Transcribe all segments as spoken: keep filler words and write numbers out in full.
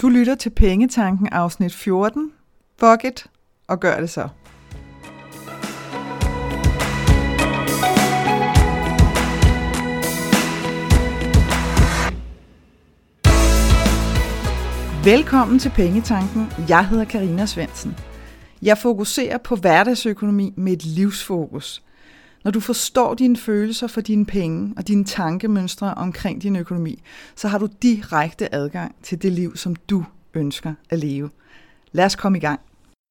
Du lytter til Pengetanken afsnit fjorten. Fuck it, og gør det så. Velkommen til Pengetanken. Jeg hedder Karina Svendsen. Jeg fokuserer på hverdagsøkonomi med et livsfokus. Når du forstår dine følelser for dine penge og dine tankemønstre omkring din økonomi, så har du direkte adgang til det liv, som du ønsker at leve. Lad os komme i gang.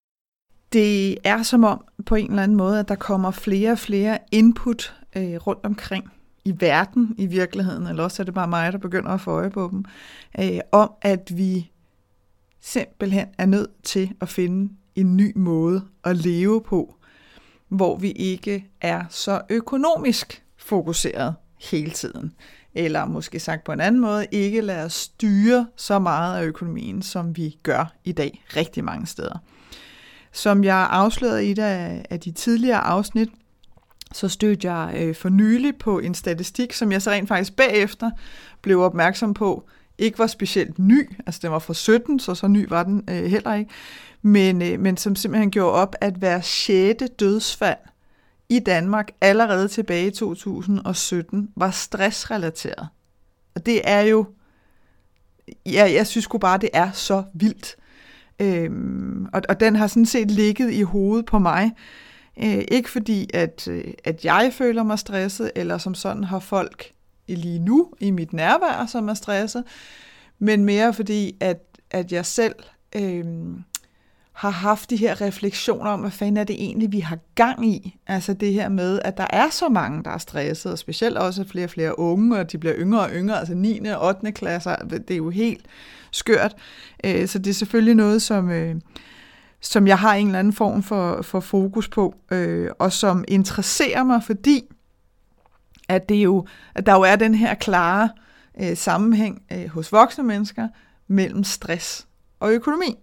Det er som om på en eller anden måde, at der kommer flere og flere input øh, rundt omkring i verden i virkeligheden, eller også er det bare mig, der begynder at få øje på dem, øh, om at vi simpelthen er nødt til at finde en ny måde at leve på, hvor vi ikke er så økonomisk fokuseret hele tiden. Eller måske sagt på en anden måde, ikke lader os styre så meget af økonomien, som vi gør i dag rigtig mange steder. Som jeg afslørede i et af de tidligere afsnit, så stødte jeg for nylig på en statistik, som jeg så rent faktisk bagefter blev opmærksom på, ikke var specielt ny, altså den var fra sytten, så så ny var den øh, heller ikke, men, øh, men som simpelthen gjorde op, at hver sjette dødsfald i Danmark allerede tilbage i to tusind og sytten var stressrelateret. Og det er jo, ja, jeg synes sgu bare, det er så vildt. Øhm, og, og den har sådan set ligget i hovedet på mig. Øh, ikke fordi, at, at jeg føler mig stresset, eller som sådan har folk lige nu i mit nærvær, som er stresset, men mere fordi, at, at jeg selv øh, har haft de her refleksioner om, hvad fanden er det egentlig, vi har gang i? Altså det her med, at der er så mange, der er stresset, og specielt også flere og flere unge, og de bliver yngre og yngre, altså niende og ottende klasser, det er jo helt skørt. Øh, så det er selvfølgelig noget, som, øh, som jeg har en eller anden form for, for fokus på, øh, og som interesserer mig, fordi at, det jo, at der jo er den her klare øh, sammenhæng øh, hos voksne mennesker mellem stress og økonomi.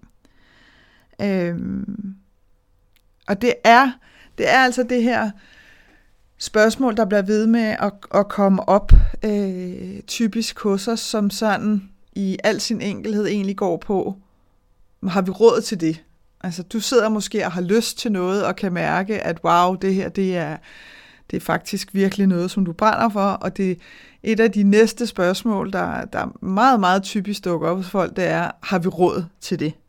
Øhm, og det er, det er altså det her spørgsmål, der bliver ved med at, at komme op øh, typisk hos os, som sådan i al sin enkelhed egentlig går på, har vi råd til det? Altså du sidder måske og har lyst til noget, og kan mærke, at wow, det her, det er Det er faktisk virkelig noget, som du brænder for, og det er et af de næste spørgsmål, der, der meget, meget typisk dukker op hos folk, det er, har vi råd til det?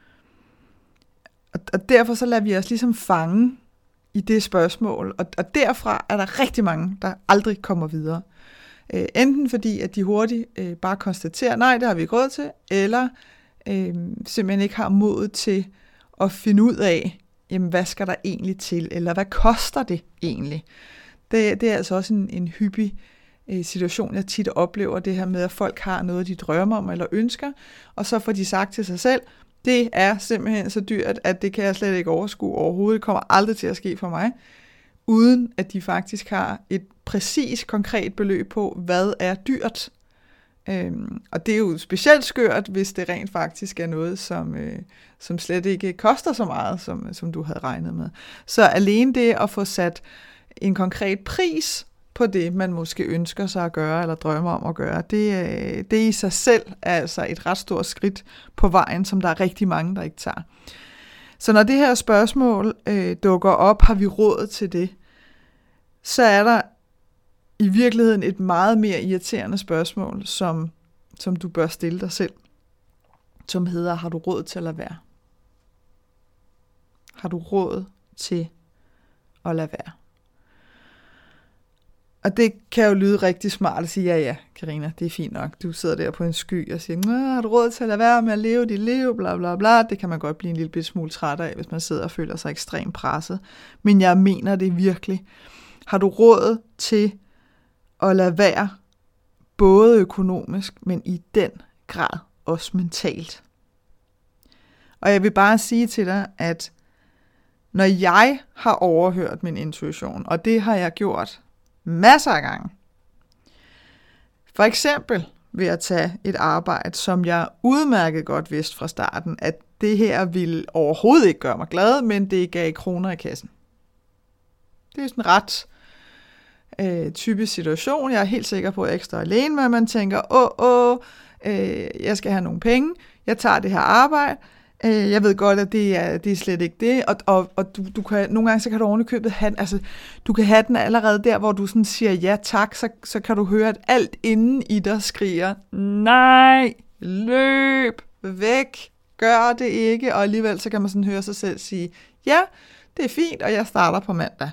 Og, og derfor så lader vi os ligesom fange i det spørgsmål, og, og derfra er der rigtig mange, der aldrig kommer videre. Øh, enten fordi, at de hurtigt øh, bare konstaterer, nej, det har vi ikke råd til, eller øh, simpelthen ikke har modet til at finde ud af, jamen hvad skal der egentlig til, eller hvad koster det egentlig? Det, det er altså også en, en hyppig øh, situation, jeg tit oplever, det her med, at folk har noget, de drømmer om eller ønsker, og så får de sagt til sig selv, det er simpelthen så dyrt, at det kan jeg slet ikke overskue overhovedet, det kommer aldrig til at ske for mig, uden at de faktisk har et præcis konkret beløb på, hvad er dyrt. Øhm, og det er jo specielt skørt, hvis det rent faktisk er noget, som, øh, som slet ikke koster så meget, som, som du havde regnet med. Så alene det at få sat en konkret pris på det, man måske ønsker sig at gøre, eller drømmer om at gøre, det, øh, det i sig selv er altså et ret stort skridt på vejen, som der er rigtig mange, der ikke tager. Så når det her spørgsmål øh, dukker op, har vi råd til det, så er der i virkeligheden et meget mere irriterende spørgsmål, som, som du bør stille dig selv, som hedder, har du råd til at lade være? Har du råd til at lade være? Og det kan jo lyde rigtig smart at sige, ja ja, Karina, det er fint nok. Du sidder der på en sky og siger, har du råd til at lade være med at leve dit liv, bla bla bla. Det kan man godt blive en lille smule træt af, hvis man sidder og føler sig ekstremt presset. Men jeg mener det virkelig. Har du råd til at lade være, både økonomisk, men i den grad også mentalt? Og jeg vil bare sige til dig, at når jeg har overhørt min intuition, og det har jeg gjort masser af gange, for eksempel ved at tage et arbejde, som jeg udmærket godt vidste fra starten, at det her ville overhovedet ikke gøre mig glad, men det gav kroner i kassen. Det er sådan ret øh, typisk situation. Jeg er helt sikker på, at jeg ikke står alene med, at man tænker, åh, åh, øh, jeg skal have nogle penge, jeg tager det her arbejde, øh, jeg ved godt, at det er, det er slet ikke det, og, og, og du, du kan, nogle gange så kan du ovenikøbet have den, altså du kan have den allerede der, hvor du sådan siger ja tak, så, så kan du høre, at alt inden i dig skriger, nej, løb, væk, gør det ikke, og alligevel så kan man sådan høre sig selv sige, ja, det er fint, og jeg starter på mandag.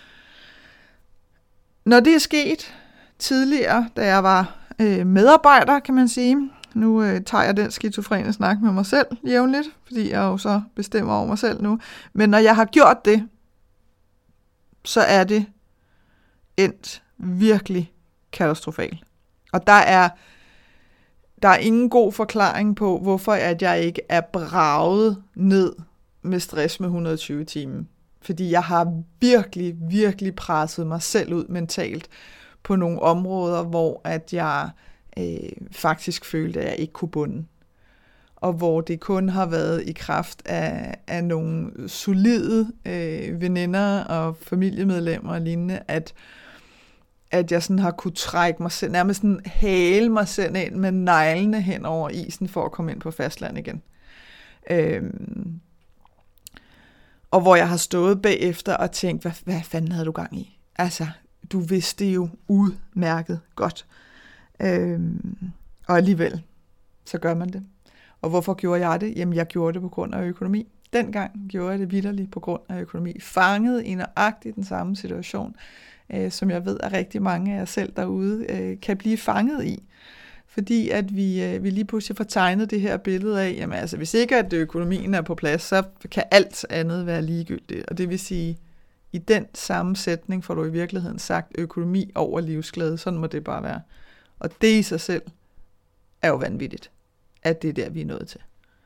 Når det er sket tidligere, da jeg var øh, medarbejder, kan man sige, nu øh, tager jeg den skizofrene snak med mig selv jævnligt, fordi jeg jo så bestemmer over mig selv nu, men når jeg har gjort det, så er det endt virkelig katastrofalt. Og der er, der er ingen god forklaring på, hvorfor at jeg ikke er braget ned med stress med et hundrede og tyve timer. Fordi jeg har virkelig, virkelig presset mig selv ud mentalt på nogle områder, hvor at jeg øh, faktisk følte, at jeg ikke kunne bunde. Og hvor det kun har været i kraft af, af nogle solide øh, veninder og familiemedlemmer og lignende, at, at jeg sådan har kunne trække mig selv, nærmest sådan hale mig selv ind med neglene hen over isen for at komme ind på fastland igen. Øhm, Og hvor jeg har stået bagefter og tænkt, hvad, hvad fanden havde du gang i? Altså, du vidste jo udmærket godt. Øhm, og alligevel, så gør man det. Og hvorfor gjorde jeg det? Jamen, jeg gjorde det på grund af økonomi. Dengang gjorde jeg det vitterligt på grund af økonomi. Fanget i nøjagtigt den samme situation, øh, som jeg ved, at rigtig mange af jer selv derude øh, kan blive fanget i. Fordi at vi, øh, vi lige pludselig får tegnet det her billede af, jamen altså, hvis ikke at økonomien er på plads, så kan alt andet være ligegyldigt. Og det vil sige, i den samme sætning får du i virkeligheden sagt økonomi over livsglæde. Sådan må det bare være. Og det i sig selv er jo vanvittigt, at det er der, vi er nået til.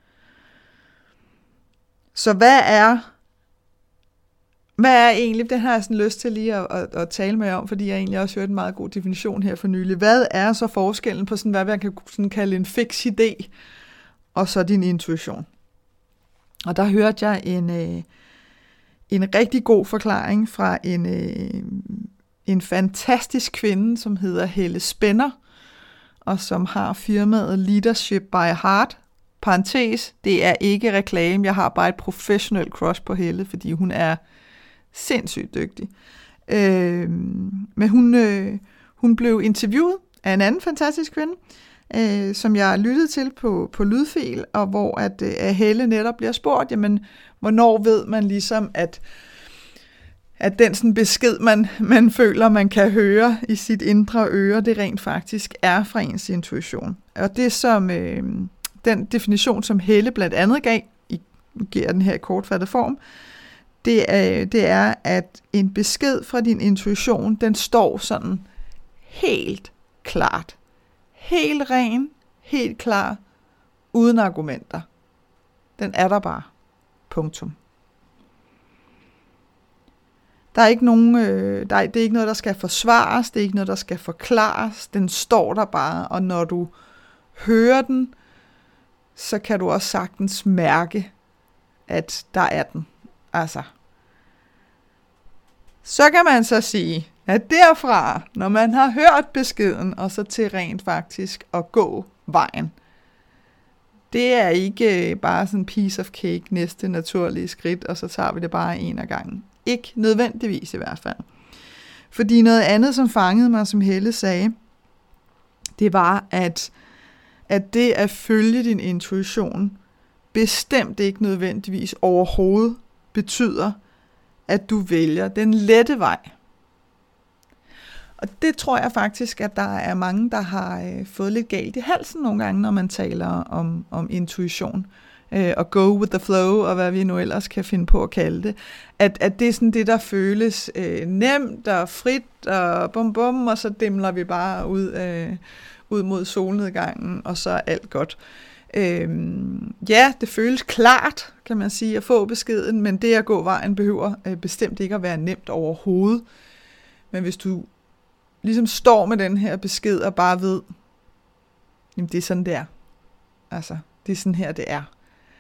Så hvad er, hvad er egentlig, det har jeg sådan lyst til lige at, at, at tale med om, fordi jeg egentlig også hørte en meget god definition her for nylig. Hvad er så forskellen på sådan, hvad man kan sådan kalde en fix idé, og så din intuition? Og der hørte jeg en, øh, en rigtig god forklaring fra en, øh, en fantastisk kvinde, som hedder Helle Spænder, og som har firmaet Leadership by Heart. Parentes, det er ikke reklame, jeg har bare et professionelt crush på Helle, fordi hun er sindssygt dygtig. Øh, men hun, øh, hun blev interviewet af en anden fantastisk kvinde, øh, som jeg lyttede til på, på lydfil, og hvor at, øh, at Helle netop bliver spurgt, jamen, hvornår ved man ligesom, at, at den sådan besked, man, man føler, man kan høre i sit indre øre, det rent faktisk er fra ens intuition. Og det som, øh, den definition, som Helle blandt andet gav, I giver den her i kortfattet form, Det er, det er, at en besked fra din intuition, den står sådan helt klart. Helt ren, helt klar, uden argumenter. Den er der bare. Punktum. Der er ikke nogen, øh, der er, det er ikke noget, der skal forsvares, det er ikke noget, der skal forklares. Den står der bare, og når du hører den, så kan du også sagtens mærke, at der er den. Altså, så kan man så sige, at derfra, når man har hørt beskeden, og så til rent faktisk at gå vejen, det er ikke bare sådan en piece of cake, næste naturlige skridt, og så tager vi det bare en af gangen. Ikke nødvendigvis i hvert fald. Fordi noget andet, som fangede mig, som Helle sagde, det var, at, at det at følge din intuition, bestemt ikke nødvendigvis overhovedet betyder, at du vælger den lette vej. Og det tror jeg faktisk, at der er mange, der har øh, fået lidt galt i halsen nogle gange, når man taler om, om intuition. Øh, og go with the flow, og hvad vi nu ellers kan finde på at kalde det. At, at det er sådan det, der føles øh, nemt og frit og bum bum, og så dimler vi bare ud, øh, ud mod solnedgangen, og så er alt godt. Øhm, ja, det føles klart, kan man sige, at få beskeden, men det at gå vejen behøver øh, bestemt ikke at være nemt overhovedet. Men hvis du ligesom står med den her besked og bare ved, jamen det er sådan det er. Altså, det er sådan her det er.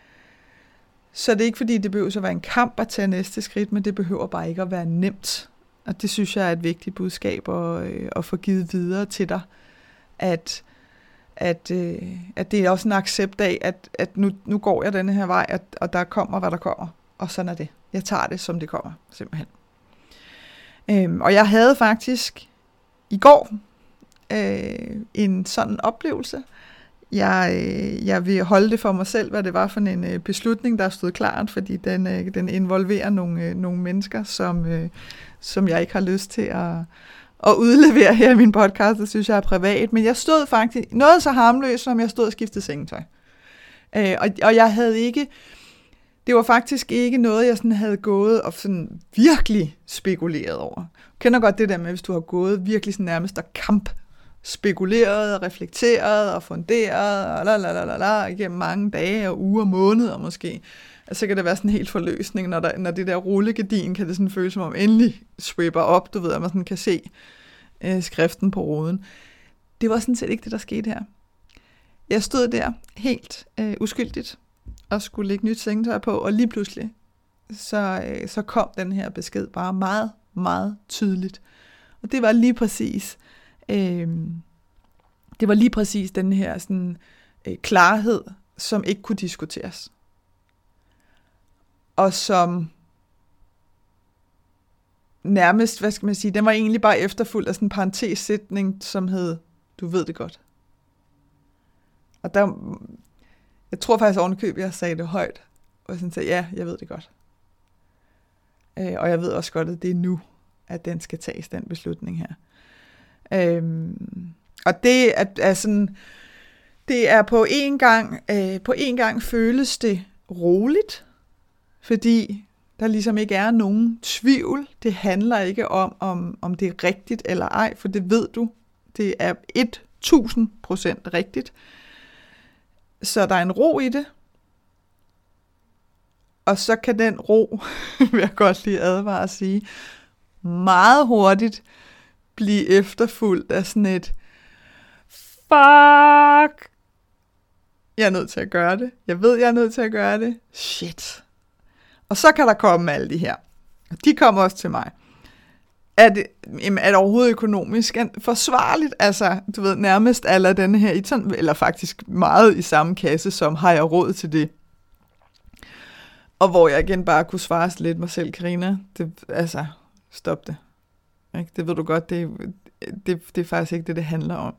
Så det er ikke fordi, det behøver at være en kamp at tage næste skridt, men det behøver bare ikke at være nemt Og det synes jeg er et vigtigt budskab at, øh, at få givet videre til dig, at, at, øh, at det er også en accept af, at, at nu, nu går jeg denne her vej, at, og der kommer, hvad der kommer, og sådan er det. Jeg tager det, som det kommer, simpelthen. Øhm, og jeg havde faktisk i går øh, en sådan oplevelse. Jeg, øh, jeg vil holde det for mig selv, hvad det var for en øh, beslutning, der stod klart, fordi den, øh, den involverer nogle, øh, nogle mennesker, som, øh, som jeg ikke har lyst til at, at udlevere her i min podcast. Det synes jeg er privat. Men jeg stod faktisk noget så harmløst, som jeg stod og skiftede sengetøj. Øh, og, og jeg havde ikke... Det var faktisk ikke noget, jeg sådan havde gået og sådan virkelig spekuleret over. Du kender godt det der med, hvis du har gået virkelig sådan nærmest og kamp spekuleret og reflekteret og funderet og la la la la la igennem mange dage og uger og måneder måske. Altså, så kan det være sådan en helt forløsning, når, der, når det der rullegardin kan det sådan føles som om endelig swipper op, du ved, at man sådan kan se øh, skriften på ruden. Det var sådan set ikke det, der skete her. Jeg stod der helt øh, uskyldigt og skulle lægge nyt sengetøj på, og lige pludselig så, øh, så kom den her besked bare meget, meget tydeligt. Og det var lige præcis øh, det var lige præcis den her sådan, øh, klarhed, som ikke kunne diskuteres. Og som nærmest, hvad skal man sige, den var egentlig bare efterfulgt af sådan en parentessætning, som hed, du ved det godt. Og der, jeg tror faktisk ovenikøbet, jeg sagde det højt, og sådan sagde, ja, jeg ved det godt. Øh, og jeg ved også godt, at det er nu, at den skal tages, den beslutning her. Øhm, og det er, er sådan, det er på en gang, øh, på en gang føles det roligt, fordi der ligesom ikke er nogen tvivl. Det handler ikke om, om, om det er rigtigt eller ej, for det ved du. Det er tusind procent rigtigt. Så der er en ro i det. Og så kan den ro, vil jeg godt lige advare at sige, meget hurtigt blive efterfulgt af sådan et fuck. Jeg er nødt til at gøre det. Jeg ved, jeg er nødt til at gøre det. Shit. Og så kan der komme alle de her. De kommer også til mig. Er det, er det overhovedet økonomisk forsvarligt? Altså, du ved, nærmest alle denne her, i sådan, eller faktisk meget i samme kasse, som har jeg råd til det? Og hvor jeg igen bare kunne svare lidt mig selv, Karina. Det, altså, stop det. Ikke? Det ved du godt, det, det, det er faktisk ikke det, det handler om.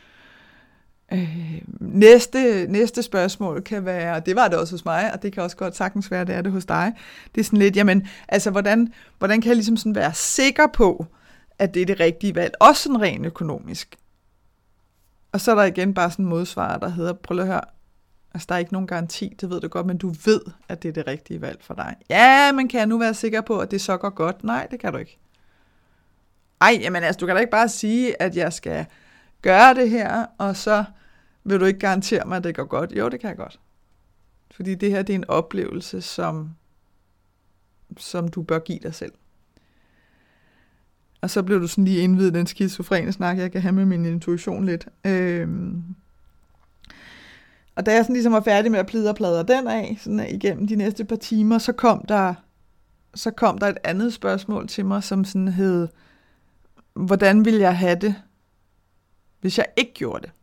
Øh, næste, næste spørgsmål kan være, og det var det også hos mig, og det kan også godt sagtens være, det er det hos dig. Det er sådan lidt, jamen, altså, hvordan, hvordan kan jeg ligesom sådan være sikker på, at det er det rigtige valg? Også sådan rent økonomisk. Og så er der igen bare sådan en modsvar, der hedder, prøv lige at høre, altså, der er ikke nogen garanti, det ved du godt, men du ved, at det er det rigtige valg for dig. Ja, men kan jeg nu være sikker på, at det så går godt? Nej, det kan du ikke. Ej, jamen altså, du kan da ikke bare sige, at jeg skal gøre det her, og så vil du ikke garantere mig, at det går godt. Jo, det kan jeg godt. Fordi det her, det er en oplevelse, som, som du bør give dig selv. Og så bliver du sådan lige indvidet den skizofrene snak, jeg kan have med min intuition lidt. Øhm. Og da jeg sådan ligesom var færdig med at plide og pladre den af, sådan igennem de næste par timer, så kom der, så kom der et andet spørgsmål til mig, som sådan hed, hvordan ville jeg have det, hvis jeg ikke gjorde det?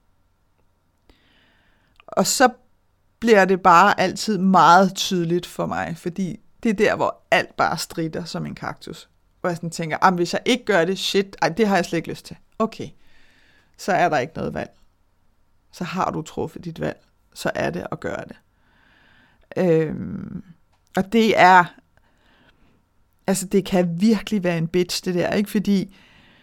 Og så bliver det bare altid meget tydeligt for mig, fordi det er der, hvor alt bare stritter som en kaktus. Hvor jeg sådan tænker, hvis jeg ikke gør det, shit, ej, det har jeg slet ikke lyst til. Okay, så er der ikke noget valg. Så har du truffet dit valg, så er det at gøre det. Øhm, og det er, altså det kan virkelig være en bitch, det der, ikke? Fordi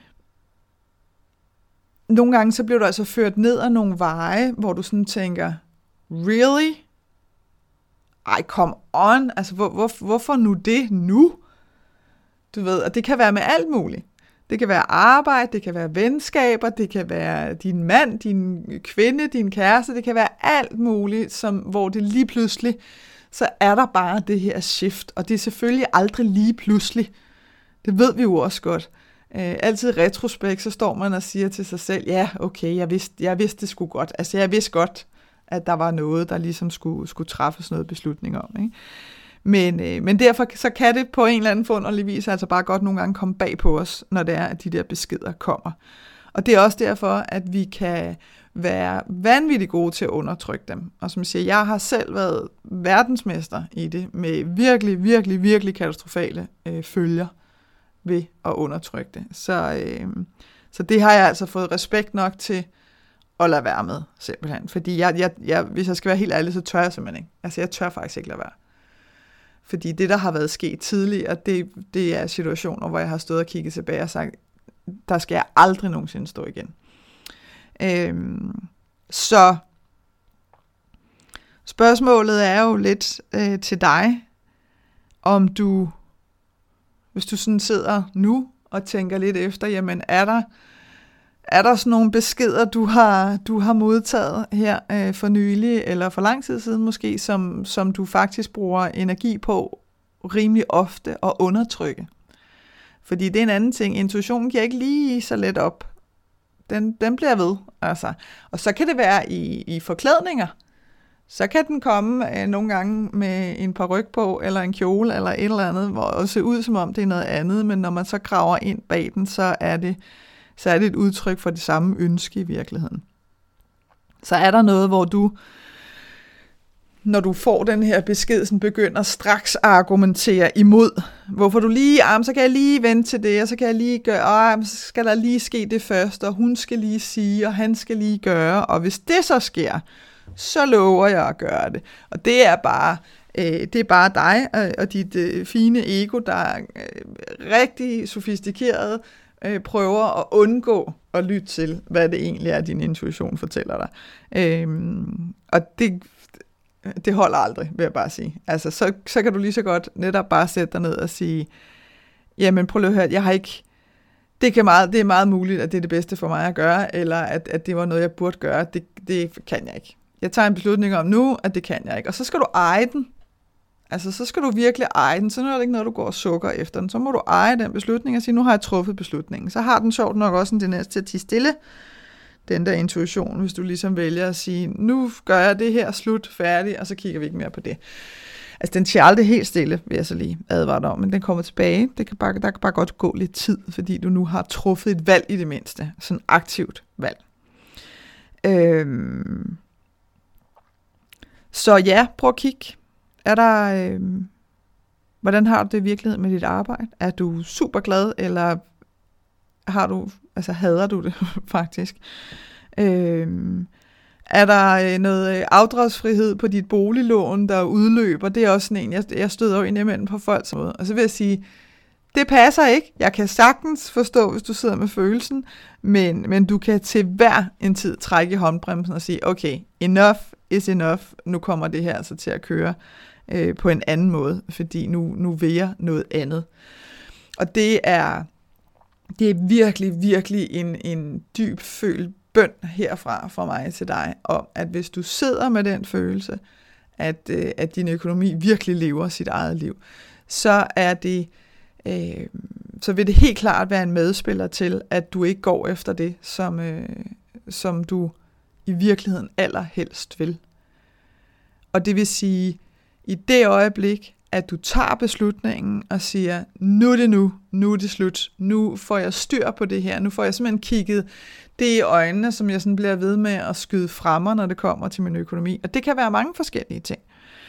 nogle gange så bliver du altså ført ned ad nogle veje, hvor du sådan tænker, really? Ej, come on, altså hvor, hvor, hvorfor nu det nu? Du ved, og det kan være med alt muligt. Det kan være arbejde, det kan være venskaber, det kan være din mand, din kvinde, din kæreste, det kan være alt muligt, som, hvor det lige pludselig, så er der bare det her shift, og det er selvfølgelig aldrig lige pludselig. Det ved vi jo også godt. Øh, altid i retrospekt, så står man og siger til sig selv, ja, okay, jeg vidste, jeg vidste det sgu godt. Altså, jeg vidste godt, at der var noget, der ligesom skulle, skulle træffes noget beslutning om. Ikke? Men, øh, men derfor så kan det på en eller anden forunderlig vis altså bare godt nogle gange komme bag på os, når det er, at de der beskeder kommer. Og det er også derfor, at vi kan være vanvittigt gode til at undertrykke dem. Og som jeg siger, jeg har selv været verdensmester i det, med virkelig, virkelig, virkelig katastrofale øh, følger ved at undertrykke det. Så, øh, så det har jeg altså fået respekt nok til at lade være med, simpelthen. Fordi jeg, jeg, jeg, hvis jeg skal være helt ærlig, så tør jeg simpelthen ikke. Altså, jeg tør faktisk ikke lade være. Fordi det, der har været sket tidligere, det, det er situationer, hvor jeg har stået og kigget tilbage og sagt, der skal jeg aldrig nogensinde stå igen. Øhm, så spørgsmålet er jo lidt øh, til dig, om du, hvis du sådan sidder nu og tænker lidt efter, jamen er der, er der sådan nogle beskeder, du har, du har modtaget her øh, for nylig, eller for lang tid siden måske, som, som du faktisk bruger energi på rimelig ofte at undertrykke? Fordi det er en anden ting. Intuitionen giver ikke lige så let op. Den, den bliver ved. Altså. Og så kan det være i, i forklædninger. Så kan den komme øh, nogle gange med en paryk på, eller en kjole, eller et eller andet, hvor det ser ud som om det er noget andet, men når man så graver ind bag den, så er det, så er det et udtryk for det samme ønske i virkeligheden. Så er der noget, hvor du, når du får den her besked, sådan begynder straks at argumentere imod. Hvorfor du lige, ah, så kan jeg lige vente til det, og så kan jeg lige gøre, ah, så skal der lige ske det først, og hun skal lige sige, og han skal lige gøre, og hvis det så sker, så lover jeg at gøre det. Og det er bare, øh, det er bare dig og, og dit øh, fine ego, der er øh, rigtig sofistikeret, øh, prøver at undgå at lytte til, hvad det egentlig er, din intuition fortæller dig. Øh, og det Det holder aldrig, vil jeg bare sige. Altså, så, så kan du lige så godt netop bare sætte dig ned og sige, jamen prøv lige at høre, jeg har ikke, det, kan meget, det er meget muligt, at det er det bedste for mig at gøre, eller at, at det var noget, jeg burde gøre. Det, det kan jeg ikke. Jeg tager en beslutning om nu, at det kan jeg ikke. Og så skal du eje den. Altså, så skal du virkelig eje den. Så nu er det ikke noget, du går og sukker efter den. Så må du eje den beslutning og sige, nu har jeg truffet beslutningen. Så har den sjovt nok også en tendens til at tie stille, den der intuition, hvis du ligesom vælger at sige, nu gør jeg det her, slut, færdig, og så kigger vi ikke mere på det. Altså, den siger aldrig helt stille, vil jeg så lige advare dig om, men den kommer tilbage. Det kan bare, der kan bare godt gå lidt tid, fordi du nu har truffet et valg i det mindste. Sådan aktivt valg. Øhm. Så ja, prøv at kigge. Er der, øhm, hvordan har du det i virkeligheden med dit arbejde? Er du super glad, eller har du, altså hader du det faktisk? Øhm, er der noget afdragsfrihed på dit boliglån, der udløber? Det er også sådan en, jeg, jeg støder jo indimellem på folks måde. Og så vil jeg sige, det passer ikke. Jeg kan sagtens forstå, hvis du sidder med følelsen, men, men du kan til hver en tid trække i håndbremsen og sige, okay, enough is enough. Nu kommer det her altså til at køre øh, på en anden måde, fordi nu, nu vil jeg noget andet. Og det er... Det er virkelig, virkelig en, en dyb følt bøn herfra fra mig til dig, om at hvis du sidder med den følelse, at, øh, at din økonomi virkelig lever sit eget liv, så er det, øh, så vil det helt klart være en medspiller til, at du ikke går efter det, som, øh, som du i virkeligheden allerhelst vil. Og det vil sige, i det øjeblik, at du tager beslutningen og siger, nu er det nu, nu er det slut, nu får jeg styr på det her, nu får jeg simpelthen kigget det i øjnene, som jeg sådan bliver ved med at skyde fremme, når det kommer til min økonomi. Og det kan være mange forskellige ting.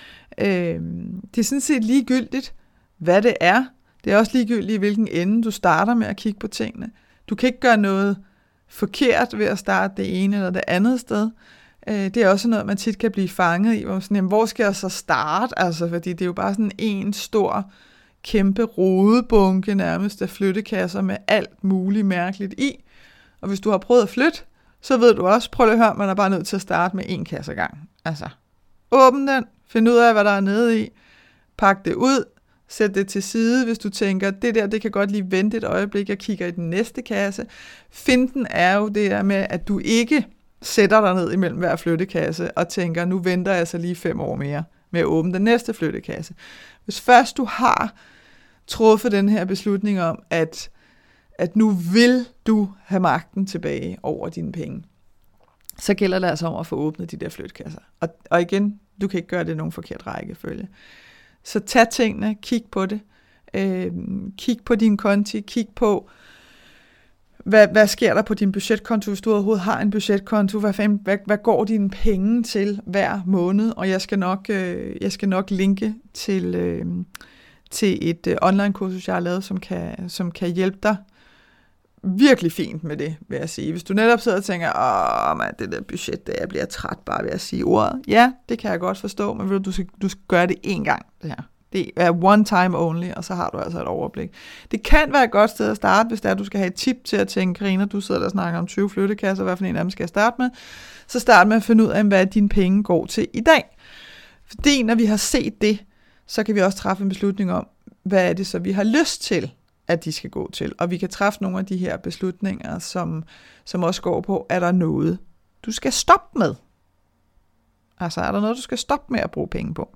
Øh, det er sådan set ligegyldigt, hvad det er. Det er også ligegyldigt, i hvilken ende du starter med at kigge på tingene. Du kan ikke gøre noget forkert ved at starte det ene eller det andet sted. Det er også noget, man tit kan blive fanget i, hvor, sådan, jamen, hvor skal jeg så starte? Altså, fordi det er jo bare sådan en stor, kæmpe rodebunke nærmest af flyttekasser med alt muligt mærkeligt i. Og hvis du har prøvet at flytte, så ved du også, prøv at høre, man er bare nødt til at starte med en kasse ad gangen. Altså, åbn den, find ud af, hvad der er nede i, pak det ud, sæt det til side, hvis du tænker, det der, det kan godt lige vente et øjeblik, jeg kigger i den næste kasse. Finten er jo det der med, at du ikke sætter dig ned imellem hver flyttekasse og tænker, nu venter jeg så lige fem år mere med at åbne den næste flyttekasse. Hvis først du har truffet den her beslutning om, at, at nu vil du have magten tilbage over dine penge, så gælder det altså om at få åbnet de der flyttekasser. Og, og igen, du kan ikke gøre det i nogen forkert rækkefølge. Så tag tingene, kig på det. Øh, kig på din konti, kig på, hvad, hvad sker der på din budgetkonto, hvis du overhovedet har en budgetkonto, hvad, fanden, hvad, hvad går dine penge til hver måned, og jeg skal nok, øh, jeg skal nok linke til, øh, til et øh, online-kursus, jeg har lavet, som kan, som kan hjælpe dig virkelig fint med det, vil jeg sige. Hvis du netop sidder og tænker, åh man, det der budget, det, jeg bliver træt bare ved at sige ordet. Ja, det kan jeg godt forstå, men du, du, skal, du skal gøre det én gang, det her. Det er one time only, og så har du altså et overblik. Det kan være et godt sted at starte, hvis det er, at du skal have et tip til at tænke, Karina, du sidder der og snakker om tyve flyttekasser, hvad for en af dem skal jeg starte med? Så start med at finde ud af, hvad dine penge går til i dag. Fordi når vi har set det, så kan vi også træffe en beslutning om, hvad er det så, vi har lyst til, at de skal gå til. Og vi kan træffe nogle af de her beslutninger, som, som også går på, er der noget, du skal stoppe med? Altså, er der noget, du skal stoppe med at bruge penge på?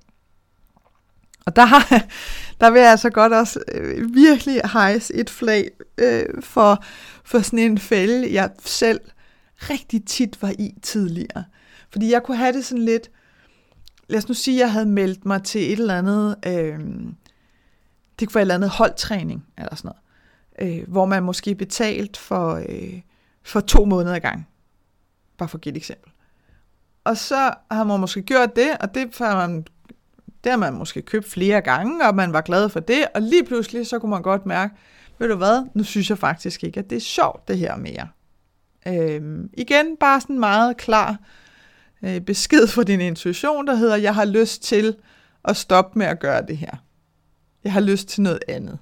Og der, der vil jeg altså godt også øh, virkelig hejse et flag øh, for, for sådan en fælde, jeg selv rigtig tit var i tidligere. Fordi jeg kunne have det sådan lidt, lad os nu sige, at jeg havde meldt mig til et eller andet, øh, det kunne være et eller andet holdtræning, eller sådan noget, øh, hvor man måske betalt for, øh, for to måneder ad gang. Bare for at give et eksempel. Og så har man måske gjort det, og det har man Det har man måske købt flere gange, og man var glad for det, og lige pludselig, så kunne man godt mærke, ved du hvad, nu synes jeg faktisk ikke, at det er sjovt, det her mere. Øhm, igen, bare sådan meget klar øh, besked fra din intuition, der hedder, jeg har lyst til at stoppe med at gøre det her. Jeg har lyst til noget andet.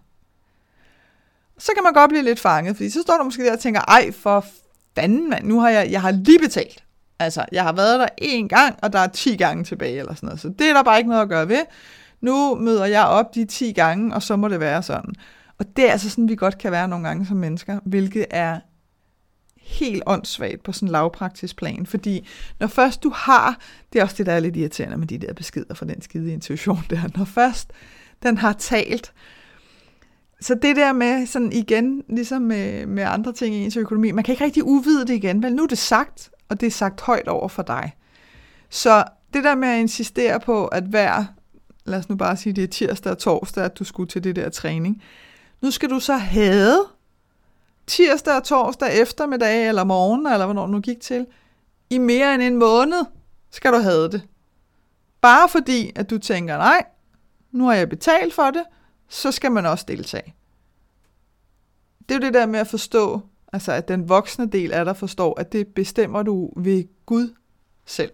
Så kan man godt blive lidt fanget, fordi så står du måske der og tænker, ej for fanden mand, nu har jeg, jeg har lige betalt. Altså, jeg har været der én gang, og der er ti gange tilbage, eller sådan noget. Så det er der bare ikke noget at gøre ved. Nu møder jeg op de ti gange, og så må det være sådan. Og det er altså sådan, vi godt kan være nogle gange som mennesker, hvilket er helt åndssvagt på sådan en lavpraktisk plan. Fordi når først du har, det er også det, der er lidt irriterende med de der beskeder fra den skide intuition der, når først den har talt. Så det der med, sådan igen, ligesom med, med andre ting i ens økonomi, man kan ikke rigtig uvide det igen, vel nu er det sagt, og det er sagt højt over for dig. Så det der med at insistere på, at hver, lad os nu bare sige, det er tirsdag og torsdag, at du skulle til det der træning. Nu skal du så have tirsdag og torsdag eftermiddag eller morgen, eller hvornår du nu gik til, i mere end en måned skal du have det. Bare fordi, at du tænker, nej, nu har jeg betalt for det, så skal man også deltage. Det er jo det der med at forstå, altså at den voksne del af dig forstår, at det bestemmer du ved Gud selv.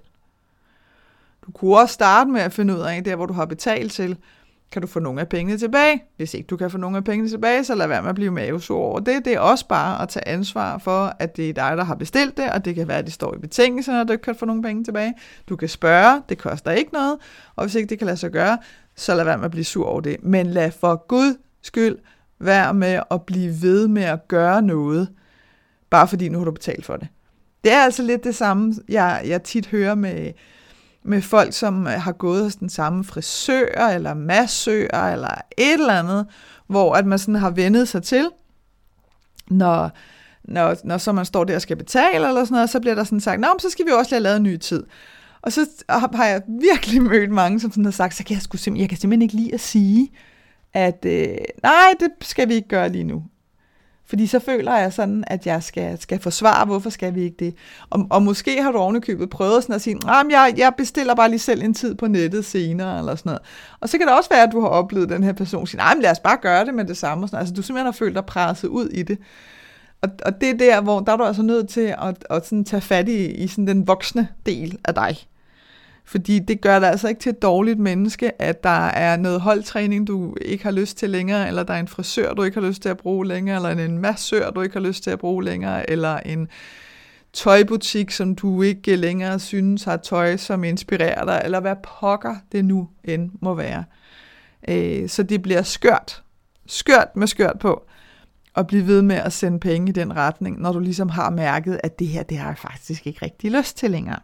Du kunne også starte med at finde ud af, der hvor du har betalt til, kan du få nogle af pengene tilbage? Hvis ikke du kan få nogle af pengene tilbage, så lad være med at blive mavesur over det. Det er også bare at tage ansvar for, at det er dig, der har bestilt det, og det kan være, at det står i betingelserne, at du ikke kan få nogle penge tilbage. Du kan spørge, det koster ikke noget, og hvis ikke det kan lade sig gøre, så lad være med at blive sur over det. Men lad for Guds skyld være med at blive ved med at gøre noget, bare fordi nu har du betalt for det. Det er altså lidt det samme, jeg, jeg tit hører med, med folk, som har gået hos den samme frisør, eller massør, eller et eller andet, hvor at man sådan har vendet sig til, når, når, når så man står der og skal betale, eller sådan noget, så bliver der sådan sagt, nå, så skal vi også have lavet en ny tid. Og så har jeg virkelig mødt mange, som sådan har sagt, så kan jeg, sgu simpelthen, jeg kan simpelthen ikke lide at sige, at øh, nej, det skal vi ikke gøre lige nu. Fordi så føler jeg sådan, at jeg skal, skal forsvare, hvorfor skal vi ikke det. Og, og måske har du ovenikøbet prøvet sådan at sige, nej, jeg, jeg bestiller bare lige selv en tid på nettet senere, eller sådan noget. Og så kan det også være, at du har oplevet den her person sige, nej, men lad os bare gøre det med det samme. Og sådan. Altså du simpelthen har følt dig presset ud i det. Og, og det er der, hvor der er du altså nødt til at, at sådan tage fat i, i sådan den voksne del af dig. Fordi det gør dig altså ikke til et dårligt menneske, at der er noget holdtræning, du ikke har lyst til længere, eller der er en frisør, du ikke har lyst til at bruge længere, eller en massør, du ikke har lyst til at bruge længere, eller en tøjbutik, som du ikke længere synes har tøj, som inspirerer dig, eller hvad pokker det nu end må være. Så det bliver skørt, skørt med skørt på, at blive ved med at sende penge i den retning, når du ligesom har mærket, at det her, det har jeg faktisk ikke rigtig lyst til længere.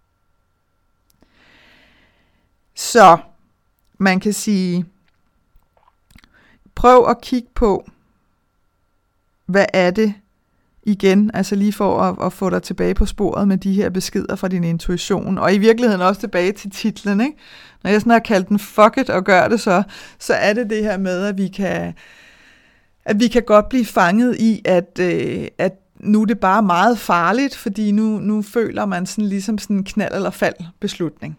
Så man kan sige, prøv at kigge på, hvad er det, igen, altså lige for at, at få dig tilbage på sporet med de her beskeder fra din intuition, og i virkeligheden også tilbage til titlen, ikke? Når jeg sådan har kaldt den fuck it og gør det så, så er det det her med, at vi kan, at vi kan godt blive fanget i, at, øh, at nu er det bare meget farligt, fordi nu, nu føler man sådan ligesom sådan en knald eller fald beslutning.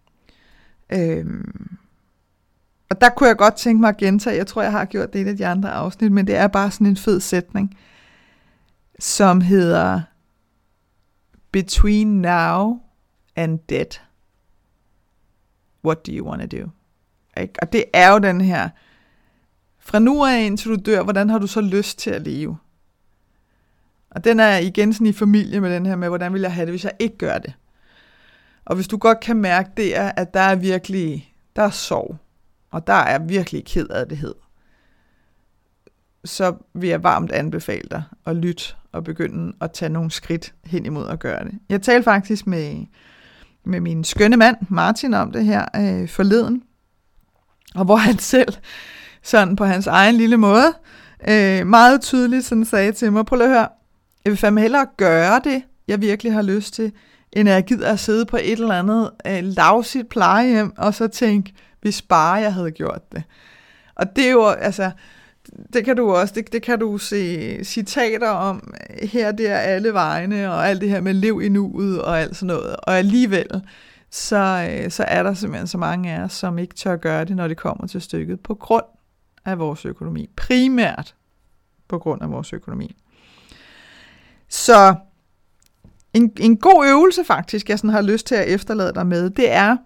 Øhm. Og der kunne jeg godt tænke mig at gentage, jeg tror jeg har gjort det i et af de andre afsnit, men det er bare sådan en fed sætning, som hedder Between now and death, what do you want to do? Og det er jo den her, fra nu af indtil du dør, hvordan har du så lyst til at leve? Og den er igen sådan i familie med den her med, hvordan vil jeg have det, hvis jeg ikke gør det? Og hvis du godt kan mærke det, er, at der er virkelig, der er sorg, og der er virkelig kederlighed, så vil jeg varmt anbefale dig at lytte og begynde at tage nogle skridt hen imod at gøre det. Jeg talte faktisk med, med min skønne mand, Martin, om det her øh, forleden, og hvor han selv, sådan på hans egen lille måde, øh, meget tydeligt sådan sagde til mig, prøv at høre, jeg vil fandme hellere gøre det, jeg virkelig har lyst til, end jeg gider at sidde på et eller andet øh, lavsigt plejehjem, og så tænke, hvis bare jeg havde gjort det. Og det er jo, altså, det kan du også, det, det kan du se citater om, her der alle vegne, og alt det her med liv i nuet, og alt sådan noget. Og alligevel, så, så er der simpelthen så mange af os, som ikke tør gøre det, når det kommer til stykket, på grund af vores økonomi. Primært på grund af vores økonomi. Så en, en god øvelse faktisk, jeg sådan har lyst til at efterlade dig med, det er,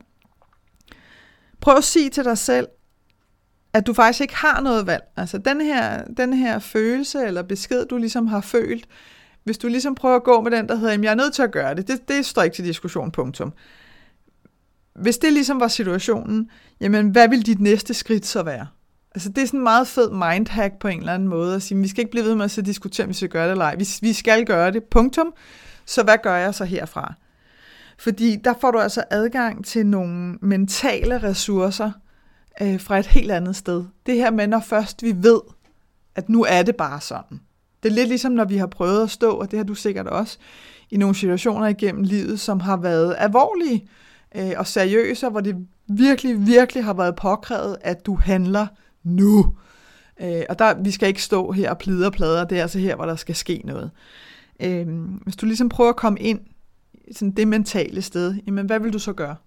prøv at sige til dig selv, at du faktisk ikke har noget valg. Altså den her, den her følelse eller besked, du ligesom har følt, hvis du ligesom prøver at gå med den, der hedder, jamen jeg er nødt til at gøre det, det, det står ikke til diskussion, punktum. Hvis det ligesom var situationen, jamen hvad vil dit næste skridt så være? Altså det er sådan en meget fed mindhack på en eller anden måde, at sige, vi skal ikke blive ved med at diskutere, om vi skal gøre det eller ej. Vi, vi skal gøre det, punktum. Så hvad gør jeg så herfra? Fordi der får du altså adgang til nogle mentale ressourcer øh, fra et helt andet sted. Det her med, når først vi ved, at nu er det bare sådan. Det er lidt ligesom, når vi har prøvet at stå, og det har du sikkert også, i nogle situationer igennem livet, som har været alvorlige øh, og seriøse, hvor det virkelig, virkelig har været påkrævet, at du handler nu. Øh, og der, vi skal ikke stå her og plide og plader, det er altså her, hvor der skal ske noget. Øh, hvis du ligesom prøver at komme ind i sådan det mentale sted, jamen hvad vil du så gøre?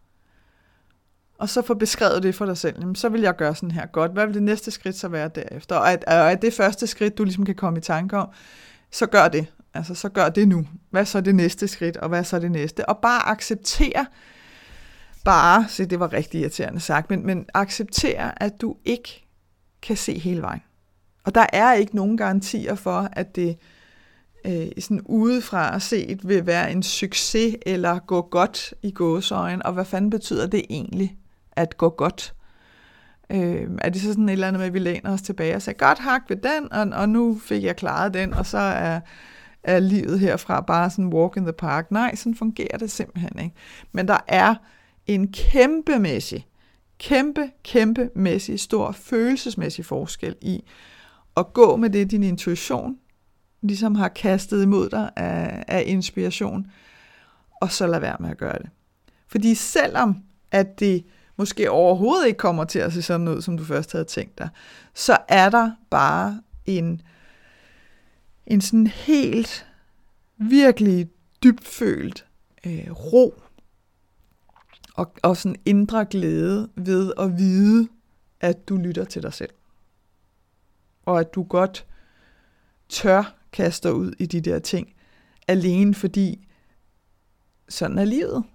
Og så få beskrevet det for dig selv. Jamen, så vil jeg gøre sådan her godt. Hvad vil det næste skridt så være derefter? Og at, at det første skridt, du ligesom kan komme i tanke om, så gør det. Altså, så gør det nu. Hvad så det næste skridt, og hvad så det næste? Og bare acceptere, bare, se det var rigtig irriterende sagt, men, men acceptere, at du ikke kan se hele vejen. Og der er ikke nogen garantier for, at det øh, sådan udefra set vil være en succes, eller gå godt i gåseøjne. Og hvad fanden betyder det egentlig, at gå godt? Øh, er det så sådan et eller andet med, at vi læner os tilbage og siger, godt hak ved den, og, og nu fik jeg klaret den, og så er, er livet herfra bare sådan walk in the park. Nej, sådan fungerer det simpelthen ikke. Men der er en kæmpemæssig, kæmpe, kæmpemæssig, stor følelsesmæssig forskel i at gå med det, din intuition ligesom har kastet imod dig af, af inspiration, og så lad være med at gøre det. Fordi selvom at det måske overhovedet ikke kommer til at se sådan ud, som du først havde tænkt dig, så er der bare en, en sådan helt virkelig dybfølt øh, ro og, og sådan indre glæde ved at vide, at du lytter til dig selv. Og at du godt tør kaste dig ud i de der ting, alene fordi sådan er livet.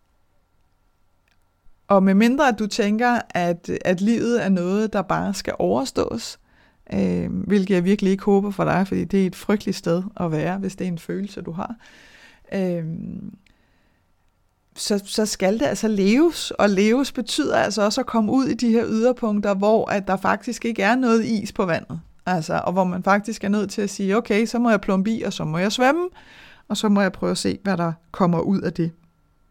Og med mindre at du tænker, at, at livet er noget, der bare skal overstås, øh, hvilket jeg virkelig ikke håber for dig, fordi det er et frygteligt sted at være, hvis det er en følelse, du har, øh, så, så skal det altså leves, og leves betyder altså også at komme ud i de her yderpunkter, hvor at der faktisk ikke er noget is på vandet, altså, og hvor man faktisk er nødt til at sige, okay, så må jeg plumpe i, og så må jeg svømme, og så må jeg prøve at se, hvad der kommer ud af det.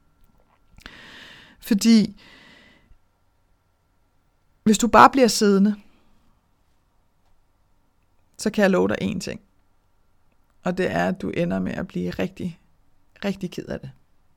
Fordi hvis du bare bliver siddende, så kan jeg love dig én ting. Og det er, at du ender med at blive rigtig, rigtig ked af det.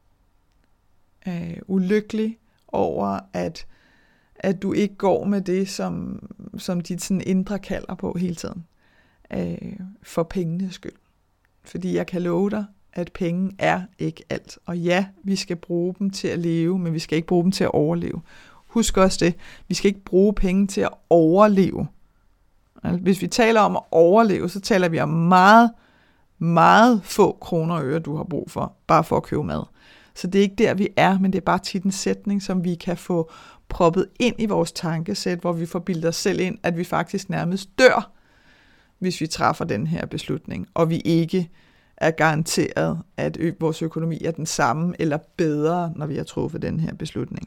Øh, ulykkelig over, at, at du ikke går med det, som, som dit sådan indre kalder på hele tiden. Øh, for pengenes skyld. Fordi jeg kan love dig, at penge er ikke alt. Og ja, vi skal bruge dem til at leve, men vi skal ikke bruge dem til at overleve. Husk også det. Vi skal ikke bruge penge til at overleve. Altså, hvis vi taler om at overleve, så taler vi om meget, meget få kroner og øre, du har brug for, bare for at købe mad. Så det er ikke der, vi er, men det er bare tit en sætning, som vi kan få proppet ind i vores tankesæt, hvor vi får bildet os selv ind, at vi faktisk nærmest dør, hvis vi træffer den her beslutning, og vi ikke er garanteret, at ø- vores økonomi er den samme eller bedre, når vi har truffet den her beslutning.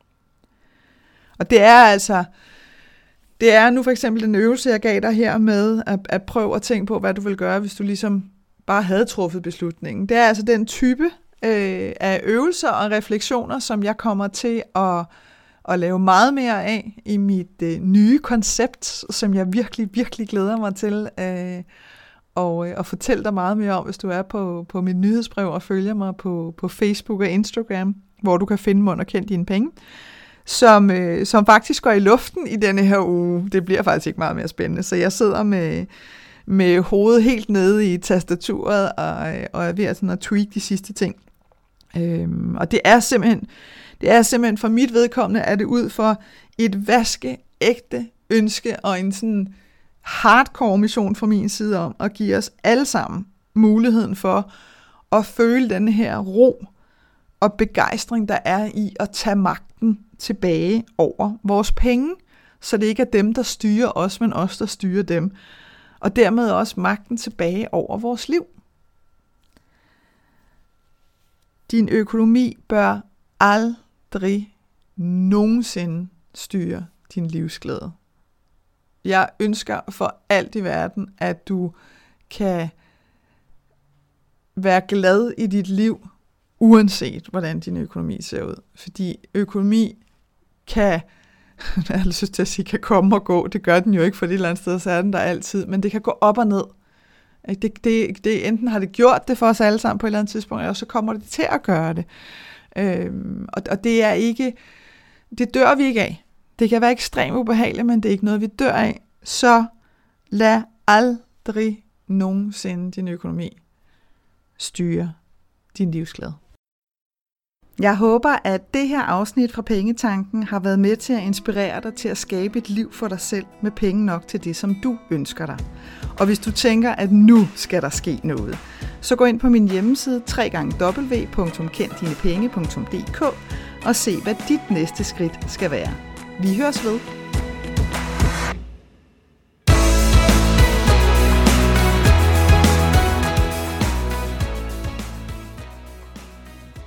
Og det er altså, det er nu for eksempel den øvelse, jeg gav dig her med, at, at prøve at tænke på, hvad du vil gøre, hvis du ligesom bare havde truffet beslutningen. Det er altså den type øh, af øvelser og refleksioner, som jeg kommer til at, at lave meget mere af i mit øh, nye koncept, som jeg virkelig, virkelig glæder mig til øh, og, øh, at fortælle dig meget mere om, hvis du er på, på mit nyhedsbrev og følger mig på, på Facebook og Instagram, hvor du kan finde Mund og Kend dine penge. Som, øh, som faktisk går i luften i denne her uge. Det bliver faktisk ikke meget mere spændende. Så jeg sidder med, med hovedet helt nede i tastaturet og, og er ved at, sådan, at tweak de sidste ting. Øhm, og det er simpelthen, det er simpelthen for mit vedkommende, er det ud for et vaskeægte ønske og en sådan hardcore mission fra min side om at give os alle sammen muligheden for at føle den her ro og begejstring, der er i at tage magten tilbage over vores penge, så det ikke er dem, der styrer os, men os, der styrer dem. Og dermed også magten tilbage over vores liv. Din økonomi bør aldrig nogensinde styre din livsglæde. Jeg ønsker for alt i verden, at du kan være glad i dit liv, uanset hvordan din økonomi ser ud. Fordi økonomi kan, jeg har lyst til at sige, kan komme og gå. Det gør den jo ikke, for et eller andet sted, så er den der altid. Men det kan gå op og ned. Det, det, det, enten har det gjort det for os alle sammen på et eller andet tidspunkt, eller så kommer det til at gøre det. Øhm, og, og det er ikke, det dør vi ikke af. Det kan være ekstremt ubehageligt, men det er ikke noget, vi dør af. Så lad aldrig nogensinde din økonomi styre din livsglæde. Jeg håber, at det her afsnit fra Pengetanken har været med til at inspirere dig til at skabe et liv for dig selv med penge nok til det, som du ønsker dig. Og hvis du tænker, at nu skal der ske noget, så gå ind på min hjemmeside w w w punktum kend dine penge punktum d k og se, hvad dit næste skridt skal være. Vi høres ved.